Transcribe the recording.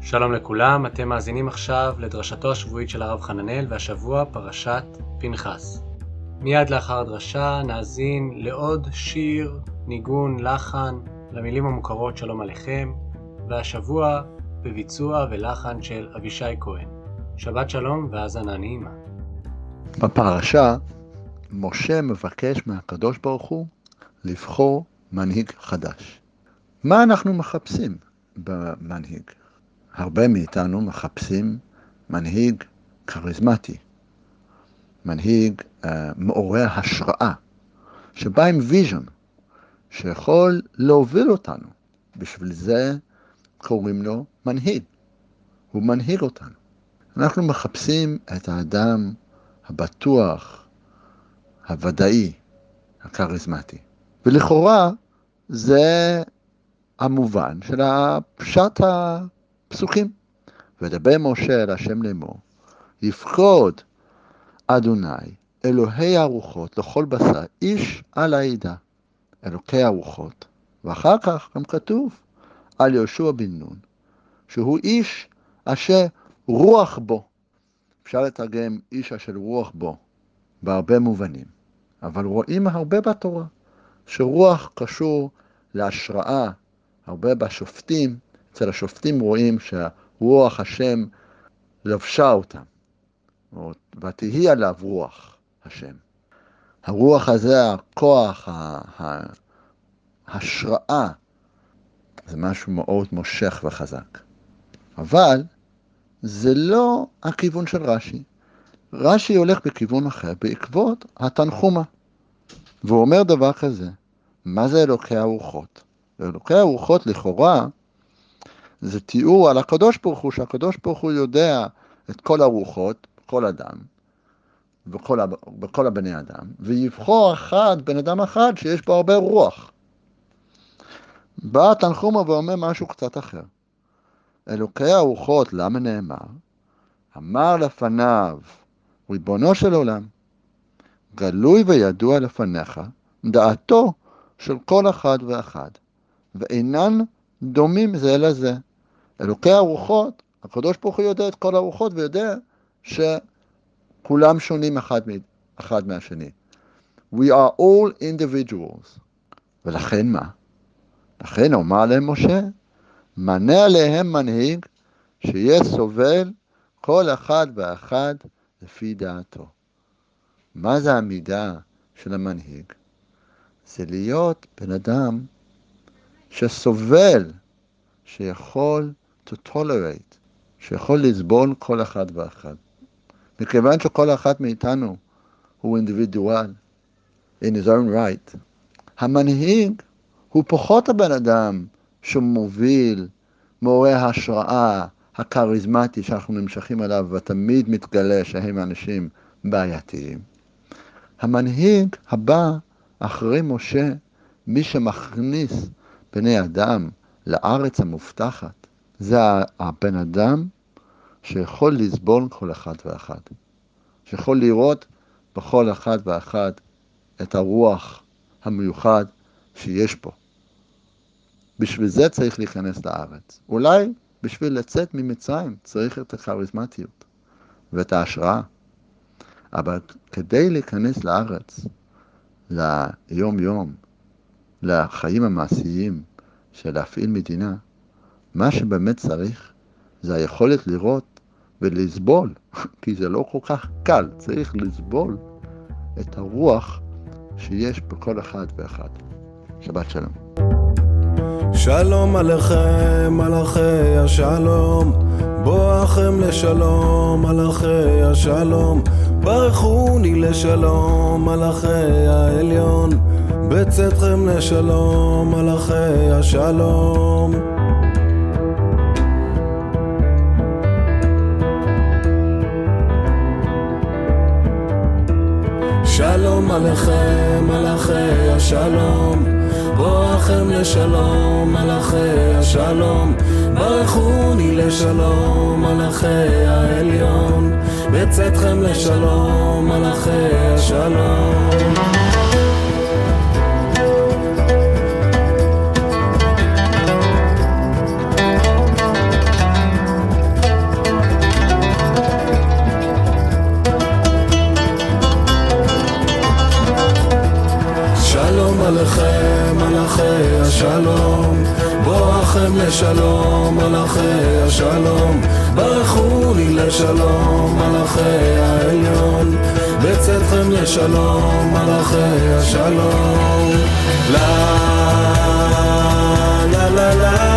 שלום לכולם, אתם מאזינים עכשיו לדרשתו השבועית של הרב חננאל, והשבוע פרשת פנחס. מיד לאחר הדרשה נאזין לעוד שיר, ניגון, לחן, למילים המוכרות שלום עליכם, והשבוע בביצוע ולחן של אבישי כהן. שבת שלום והאזנה נעימה. בפרשה משה מבקש מהקדוש ברוך הוא לבחור מנהיג חדש. מה אנחנו מחפשים במנהיג? הרבה מאיתנו מחפשים מנהיג כריזמטי, מנהיג מעורר השראה, שבא עם ויז'ן, שיכול להוביל אותנו. בשביל זה קוראים לו מנהיג, הוא מנהיג אותנו. אנחנו מחפשים את האדם הבטוח, הוודאי, הכריזמטי. ולכאורה זה המובן של הפשט הפסוקים. ודבר משה אל השם לאמור, יפקוד אדוני אלוהי הרוחות לכל בשר איש על העדה, אלוקי הרוחות. ואחר כך גם כתוב על יהושע בן נון, שהוא איש אשר רוח בו. אפשר לתרגם איש אשר רוח בו בהרבה מובנים, אבל רואים הרבה בתורה שרוח קשור להשראה. הרבה בשופטים, אצל השופטים רואים שרוח השם לבשה אותם, ותהי עליו רוח השם. הרוח הזה, הכוח, ההשראה, זה משהו מאוד מושך וחזק. אבל זה לא הכיוון של רש"י. רש"י הולך בכיוון אחר, בעקבות התנחומה. והוא אומר דבר כזה, מה זה אלוקי הרוחות? אלוקי הרוחות לכאורה זה תיאור על הקדוש ברוך הוא, שהקדוש ברוך הוא יודע את כל הרוחות, כל אדם, בכל הבני אדם, ויבחור בן אדם אחד שיש בו הרבה רוח. בא תנחומה ואומר משהו קצת אחר. אלוקי הרוחות, למה נאמר? אמר לפניו, ריבונו של עולם, גלוי וידוע לפניך, דעתו של כל אחד ואחד, ואינן דומים זה לזה. אלוקי הרוחות, הקדוש ברוך הוא יודע את כל הרוחות, ויודע שכולם שונים אחד מהשני. We are all individuals. ולכן מה? לכן אומר להם משה, מנה עליהם מנהיג שיהיה סובל כל אחד ואחד לפי דעתו. מה זה המידה של המנהיג? זה להיות בן אדם שסובל, שיכול to tolerate, שיכול לסבול כל אחד ואחד. מכיוון שכל אחד מאיתנו הוא אינדיבידואל, in his own right, המנהיג הוא פחות הבן אדם שמוביל, מעורר השראה, הכריזמטי שאנחנו נמשכים עליו, ותמיד מתגלה שהם אנשים בעייתיים. המנהיג הבא אחרי משה, מי שמכניס בני אדם לארץ המובטחת, זה הבן אדם שיכול לסבול כל אחד ואחד, שיכול לראות בכל אחד ואחד את הרוח המיוחד שיש פה. בשביל זה צריך להיכנס לארץ. אולי בשביל לצאת ממצרים צריך את הכריזמטיות ואת ההשראה. אבל כדי להיכנס לארץ, ליום יום, לחיים המעשיים של להפעיל מדינה, מה שבאמת צריך זה היכולת לראות ולסבול, כי זה לא כל כך קל, צריך לסבול את הרוח שיש בכל אחד ואחד. שבת שלום. שלום עליכם מלאכי השלום, בואכם לשלום מלאכי השלום, ברכוני לשלום מלאכי העליון, בצאתכם לשלום מלאכי השלום. שלום עליכם מלאכי השלום, בואכם לשלום מלאכי השלום, ברכוני לשלום מלאכי העליון, בצאתכם לשלום מלאכי השלום. לשלום, מלאכי השלום, ברכוני לשלום, מלאכי העליון, בצאתכם לשלום, מלאכי השלום. לה לה לה לה